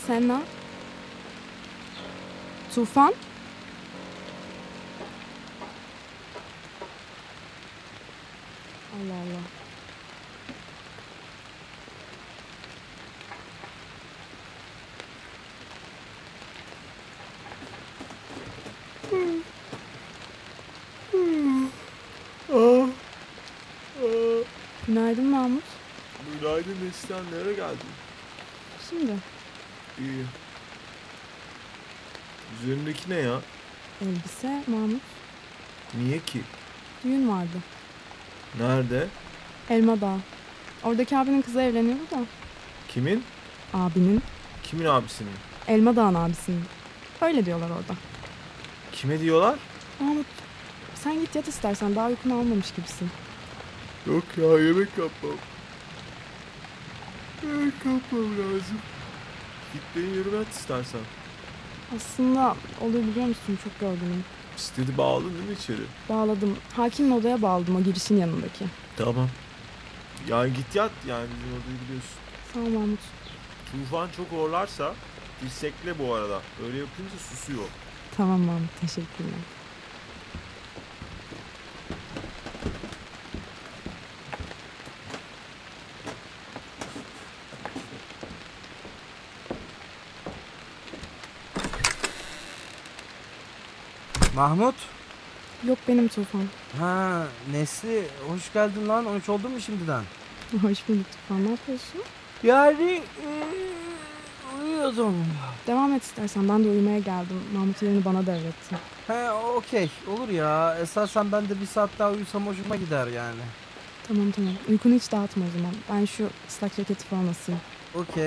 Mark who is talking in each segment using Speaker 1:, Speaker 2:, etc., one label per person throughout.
Speaker 1: Senna. Tufan. Allah Allah. Günaydın Mahmut.
Speaker 2: Günaydın Neslihan, nereye geldin?
Speaker 1: Şimdi
Speaker 2: İyi. Üzerindeki ne ya?
Speaker 1: elbise Mahmut.
Speaker 2: Niye ki?
Speaker 1: Düğün vardı.
Speaker 2: Nerede?
Speaker 1: Elma Dağı. Oradaki abinin kızı evleniyordu da.
Speaker 2: Kimin?
Speaker 1: Abinin.
Speaker 2: Kimin abisinin?
Speaker 1: Elma Dağı'nın abisinin. Öyle diyorlar orada.
Speaker 2: Kime diyorlar?
Speaker 1: Mahmut sen git yat istersen, daha uykunu almamış gibisin.
Speaker 2: Yok ya, yemek yapmam. Yemek yapmam lazım. Git beni yerime at istersen.
Speaker 1: Aslında olur biliyor musun, çok yorgunum.
Speaker 2: İstedi bağladın değil mi içeri?
Speaker 1: Bağladım. Hakimin odaya bağladım, o girişin yanındaki.
Speaker 2: Tamam. Yani git yat, yani bizim odayı biliyorsun.
Speaker 1: Sağ ol Mahmut.
Speaker 2: Tufan çok horlarsa dirsekle bu arada. Öyle yapınca susuyor.
Speaker 1: Tamam Mahmut, teşekkürler.
Speaker 3: Mahmut.
Speaker 1: Yok, benim Tufan.
Speaker 3: Ha, Nesli, hoş geldin lan. 13 oldu mu şimdiden?
Speaker 1: Hoş bulduk Tufan, ne yapıyorsun?
Speaker 3: Yani uyuyordum.
Speaker 1: Devam et istersen, ben de uyumaya geldim. Mahmut yerini bana devretti.
Speaker 3: He, okey, olur ya. Esasen ben de bir saat daha uyusam hoşuma gider yani.
Speaker 1: Tamam. Uykunu hiç dağıtma o zaman. Ben şu ıslak ceketi falan asayım.
Speaker 3: Okey.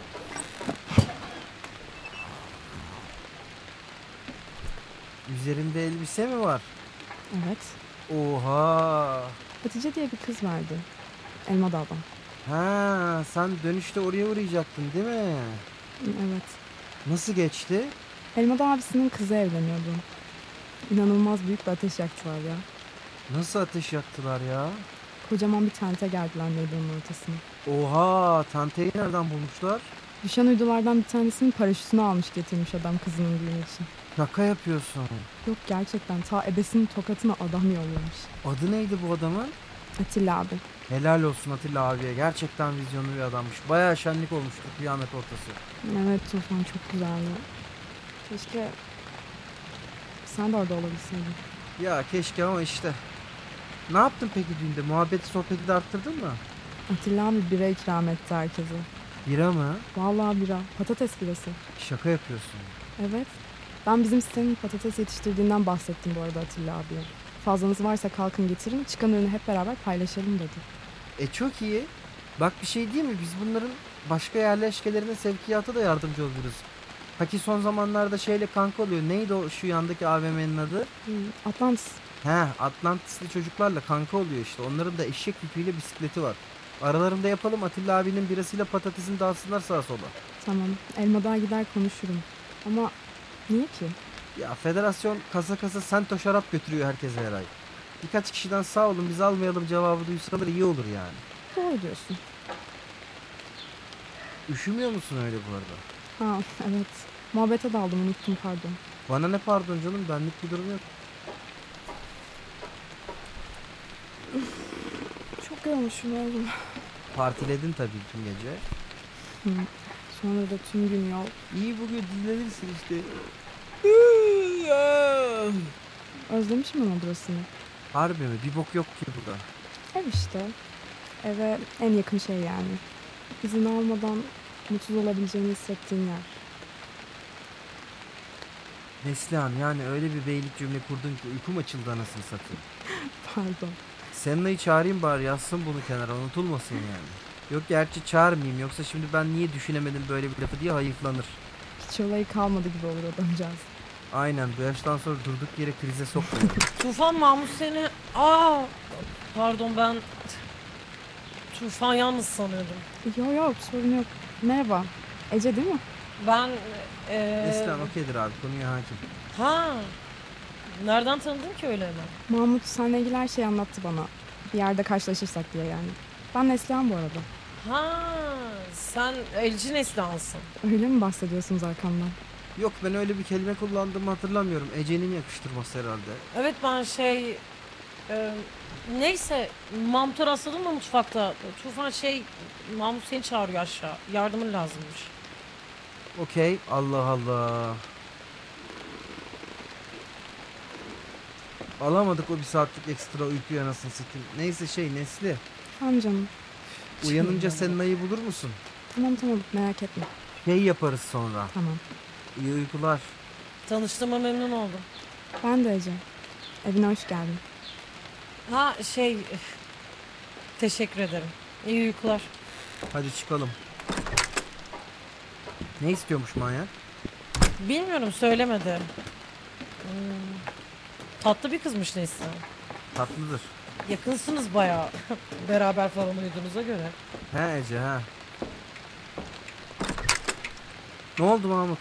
Speaker 3: Üzerinde elbise mi var?
Speaker 1: Evet.
Speaker 3: Oha.
Speaker 1: Hatice diye bir kız vardı. Elma Dağ'dan.
Speaker 3: Ha, sen dönüşte oraya uğrayacaktın değil mi?
Speaker 1: Evet.
Speaker 3: Nasıl geçti?
Speaker 1: Elma Dağ abisinin kızı evleniyordu. İnanılmaz büyük bir ateş yaktılar ya.
Speaker 3: Nasıl ateş yaktılar ya?
Speaker 1: Kocaman bir tente gerdiler meydanın ortasına.
Speaker 3: Oha, tanteyi nereden bulmuşlar?
Speaker 1: Düşen uydulardan bir tanesinin paraşütünü almış getirmiş adam kızının düğünü için.
Speaker 3: Şaka yapıyorsun.
Speaker 1: Yok, gerçekten ta ebesinin tokatına adam yollamış.
Speaker 3: Adı neydi bu adamın?
Speaker 1: Atilla abi.
Speaker 3: Helal olsun Atilla abiye. Gerçekten vizyonlu bir adammış. Bayağı şenlik olmuştu kıyamet ortası.
Speaker 1: Evet Tufan, çok güzeldi. Keşke sen de orada olabilseydin.
Speaker 3: Ya keşke ama işte. Ne yaptın peki düğünde? Muhabbeti sohbeti de arttırdın mı?
Speaker 1: Atilla abi bira ikram etti herkese.
Speaker 3: Bira mı?
Speaker 1: Vallahi bira. Patates birası.
Speaker 3: Şaka yapıyorsun.
Speaker 1: Evet. Ben bizim sitenin patates yetiştirdiğinden bahsettim bu arada Atilla abiye. Fazlanız varsa kalkın getirin, çıkan ürünü hep beraber paylaşalım dedi.
Speaker 3: Çok iyi. Bak bir şey değil mi? Biz bunların başka yerleşkelerine sevkiyata da yardımcı oluruz. Haki son zamanlarda şeyle kanka oluyor. Neydi o şu yandaki AVM'nin adı?
Speaker 1: Atlantis.
Speaker 3: Atlantisli çocuklarla kanka oluyor işte. Onların da eşek yüküyle bisikleti var. Aralarında yapalım, Atilla abinin birasıyla patatesini dağıtsınlar sağa sola.
Speaker 1: Tamam. Elmadağ'a gider konuşurum. Ama niye ki?
Speaker 3: Ya federasyon kasa kasa sento şarap götürüyor herkese her ay. Birkaç kişiden sağ olun biz almayalım cevabı duysalar iyi olur yani.
Speaker 1: Doğru diyorsun.
Speaker 3: Üşümüyor musun öyle bu arada?
Speaker 1: Ha evet. Muhabbete daldım, unuttum, pardon.
Speaker 3: Bana ne pardon canım, benlik bir durum yok.
Speaker 1: Çok yormuşum oğlum.
Speaker 3: Partiledin tabii tüm gece.
Speaker 1: Sonra da tüm gün yol.
Speaker 3: İyi bugün dinlenirsin işte.
Speaker 1: Özlemişim ama burasını.
Speaker 3: Harbi mi? Bir bok yok ki burada.
Speaker 1: Ev işte. Eve en yakın şey yani. İzin almadan mutsuz olabileceğini hissettiğin yer.
Speaker 3: Neslihan, yani öyle bir beylik cümle kurdun ki uykum açıldı anasını satayım.
Speaker 1: Pardon.
Speaker 3: Senna'yı çağırayım bari, yazsın bunu kenara, unutulmasın yani. Yok gerçi çağırmayayım, yoksa şimdi ben niye düşünemedim böyle bir lafı diye hayıflanır.
Speaker 1: Hiç olayı kalmadı gibi olur adamcağız.
Speaker 3: Aynen, bu yaştan sonra durduk yere krize sokmayın.
Speaker 4: Tufan, Mahmut seni... Pardon, ben... Tufan yalnız sanıyordum.
Speaker 1: Yok sorun yok. Merhaba. Ece değil mi?
Speaker 4: Ben...
Speaker 3: Neslihan okeydir abi, konuya hakim.
Speaker 4: Ha. Nereden tanıdın ki öyle hemen?
Speaker 1: Mahmut seninle ilgili her şeyi anlattı bana. Bir yerde karşılaşırsak diye yani. Ben Neslihan bu arada.
Speaker 4: Ha, sen elci Neslihan'sın.
Speaker 1: Öyle mi bahsediyorsunuz arkamdan?
Speaker 3: Yok, ben öyle bir kelime kullandığımı hatırlamıyorum. Ece'nin yakıştırması herhalde.
Speaker 4: Evet ben neyse Mahmut'a rastladın mı mutfakta? Tufan Mahmut seni çağırıyor aşağı. Yardımın lazımmış.
Speaker 3: Okey. Allah Allah. Alamadık o bir saatlik ekstra uykuyu anasını satayım. Neyse Nesli.
Speaker 1: Tamam canım.
Speaker 3: Uyanınca Senna'yı bulur musun?
Speaker 1: Tamam merak etme.
Speaker 3: Yaparız sonra.
Speaker 1: Tamam.
Speaker 3: İyi uykular.
Speaker 4: Tanıştığıma memnun oldum.
Speaker 1: Ben de Ece. Evine hoş geldin.
Speaker 4: Ha teşekkür ederim. İyi uykular.
Speaker 3: Hadi çıkalım. Ne istiyormuş manyak?
Speaker 4: Bilmiyorum söylemedi. Tatlı bir kızmış neyse.
Speaker 3: Tatlıdır.
Speaker 4: Yakınsınız bayağı. Beraber falan uyuduğunuza göre.
Speaker 3: He Ece he. Ne oldu Mahmut?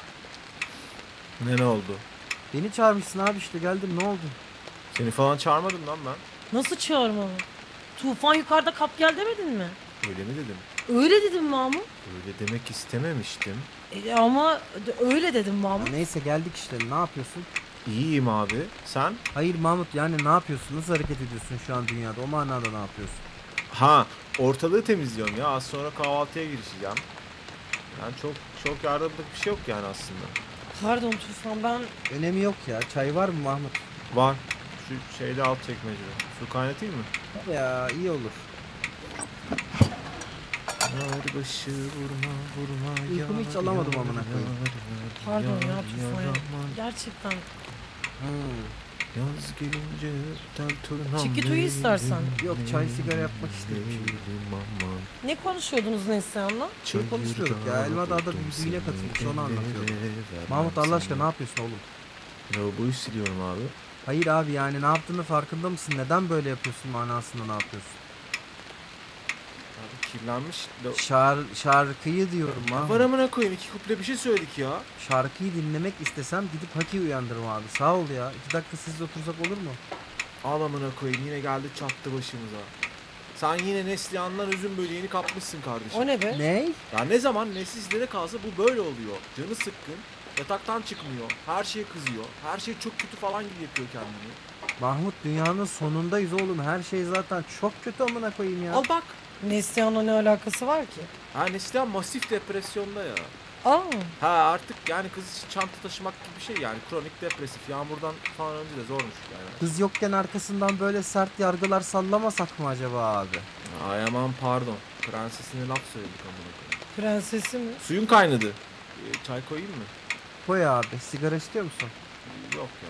Speaker 2: Ne oldu?
Speaker 3: Beni çağırmışsın abi, işte geldim, ne oldu?
Speaker 2: Seni falan çağırmadım lan ben.
Speaker 4: Nasıl çağırmalı? Tufan yukarıda kap gel demedin mi?
Speaker 2: Öyle mi dedim?
Speaker 4: Öyle dedim Mahmut.
Speaker 2: Öyle demek istememiştim.
Speaker 4: Ama öyle dedim Mahmut.
Speaker 3: Neyse geldik işte, ne yapıyorsun?
Speaker 2: İyiyim abi. Sen?
Speaker 3: Hayır Mahmut, yani ne yapıyorsun? Nasıl hareket ediyorsun şu an dünyada? O manada ne yapıyorsun?
Speaker 2: Ha, ortalığı temizliyorum ya. Az sonra kahvaltıya girişeceğim. Yani çok yardımlık bir şey yok yani aslında.
Speaker 4: Pardon Tufan ben...
Speaker 3: Önemi yok ya. Çay var mı Mahmut?
Speaker 2: Var. Şu şeyde alt çekmecede. Su kaynatayım mı?
Speaker 3: Ya iyi olur.
Speaker 2: Yar başı vurma
Speaker 3: Uykumu hiç alamadım amına koyayım.
Speaker 4: Pardon ya Tufan ya. Gerçekten.
Speaker 2: Yaz gelince tel turnam.
Speaker 4: Çık git uyu istersen.
Speaker 3: Yok, çay sigara yapmak istedim şimdi.
Speaker 4: Ne konuşuyordunuz Neslihan'la?
Speaker 3: Şey konuşuyorduk ya, Elmadağ'da bir düğüne katılmış, onu anlatıyordum. Mahmut Allah aşkına ne yapıyorsun oğlum?
Speaker 2: Lavaboyu siliyorum abi.
Speaker 3: Hayır abi, yani ne yaptığını farkında mısın? Neden böyle yapıyorsun manasında ne yapıyorsun?
Speaker 2: Abi kirlenmiş.
Speaker 3: Şarkıyı diyorum Mahmut.
Speaker 2: Var amına koyayım, 2 kuple bir şey söyledik ya.
Speaker 3: Şarkıyı dinlemek istesem gidip Haki uyandırırım abi. Sağ ol ya. 2 dakika siz otursak olur mu?
Speaker 2: Al amına koyayım, yine geldi çattı başımıza. Sen yine Neslihan'dan üzüm böceğini kapmışsın kardeşim.
Speaker 4: O ne be?
Speaker 3: Ne?
Speaker 2: Ya ne zaman sizlere kalsa bu böyle oluyor. Canı sıkkın, yataktan çıkmıyor, her şeye kızıyor, her şey çok kötü falan gibi yapıyor kendini.
Speaker 3: Mahmut, dünyanın sonundayız oğlum. Her şey zaten çok kötü amına koyayım ya.
Speaker 2: Al bak.
Speaker 4: Neslihan'la ne alakası var ki?
Speaker 2: Ha, Neslihan masif depresyonda ya.
Speaker 4: Aa,
Speaker 2: Ha artık yani kız için çanta taşımak gibi bir şey yani, kronik depresif. Yağmurdan falan önce de zormuş yani.
Speaker 3: Kız yokken arkasından böyle sert yargılar sallamasak mı acaba abi?
Speaker 2: Ay aman pardon, prensesine laf söyledik amına koyayım.
Speaker 4: prensesi mi?
Speaker 2: Suyun kaynadı. Çay koyayım mı?
Speaker 3: Koy abi. Sigara istiyor musun?
Speaker 2: Yok ya.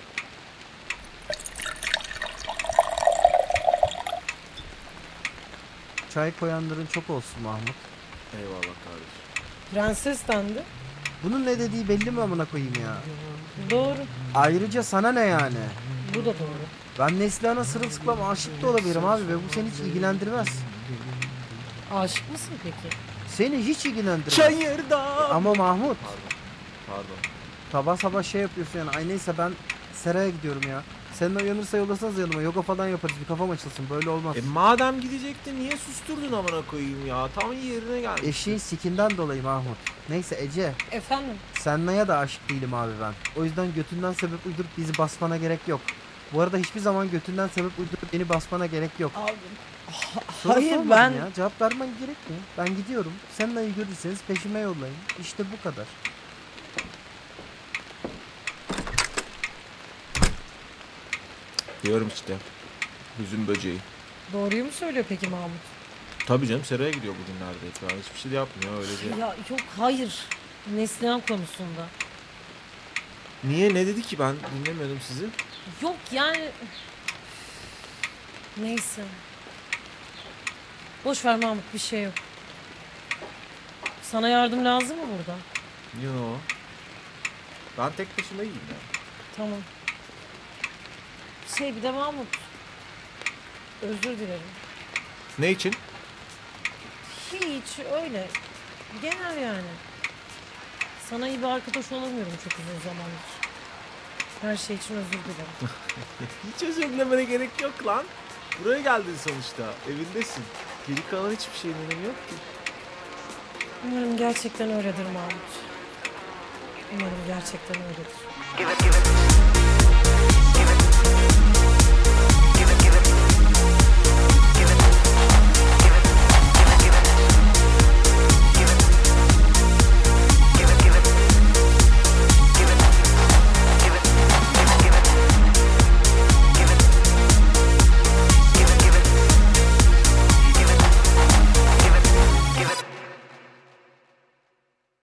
Speaker 3: Çay koyanların çok olsun Mahmut.
Speaker 2: Eyvallah kardeşim.
Speaker 4: Prenses dendi.
Speaker 3: Bunun ne dediği belli mi amına koyayım ya?
Speaker 4: Doğru.
Speaker 3: Ayrıca sana ne yani?
Speaker 4: Bu da doğru.
Speaker 3: Ben Neslihan'a sırılsıklam aşık da olabilirim abi ve bu seni hiç ilgilendirmez.
Speaker 4: Aşık mısın peki?
Speaker 3: Seni hiç ilgilendirmez.
Speaker 2: Çayırda.
Speaker 3: Ama Mahmut,
Speaker 2: Pardon.
Speaker 3: sabah sabah şey yapıyorsun yani. Ay neyse, ben Sera'ya gidiyorum ya. Seninle uyanırsa yollasanız yanıma. Yoga falan yaparız. Bir kafam açılsın. Böyle olmaz.
Speaker 2: Madem gidecektin niye susturdun amına koyayım ya? Tam yerine gelmiş.
Speaker 3: Eşeğin sikinden dolayı Mahmut. Neyse Ece.
Speaker 4: Efendim?
Speaker 3: Senna'ya da aşık değilim abi ben. O yüzden götünden sebep uydurup bizi basmana gerek yok. Bu arada hiçbir zaman götünden sebep uydurup beni basmana gerek yok.
Speaker 4: Abi.
Speaker 3: Soru
Speaker 4: Hayır
Speaker 3: sormadım
Speaker 4: ben...
Speaker 3: ya. Cevap vermen gerekmiyor. Ben gidiyorum. Senna'yı görürseniz peşime yollayın. İşte bu kadar.
Speaker 2: Diyorum işte. Üzüm böceği.
Speaker 4: Doğruyu mu söylüyor peki Mahmut?
Speaker 2: Tabii canım, Seraya gidiyor bugünlerde. Şu an hiçbir şey de yapmıyor öylece.
Speaker 4: Ya yok hayır. Neslihan konusunda.
Speaker 2: Niye, ne dedi ki, ben dinlemiyordum sizi.
Speaker 4: Yok yani... Neyse. Boş ver Mahmut, bir şey yok. Sana yardım lazım mı burada?
Speaker 2: Yo. Ben tek başıma iyiyim yani.
Speaker 4: Tamam. Bir de Mahmut. Özür dilerim.
Speaker 2: Ne için?
Speaker 4: Hiç öyle. Genel yani. Sana iyi bir arkadaş olamıyorum çok uzun zamandır. Her şey için özür dilerim.
Speaker 2: Hiç özür dilemene gerek yok lan. Buraya geldin sonuçta. Evindesin. Geri kalan hiçbir şeyin önemi yok ki.
Speaker 4: Umarım gerçekten öyledir Mahmut. Umarım gerçekten öyledir.
Speaker 5: Give it.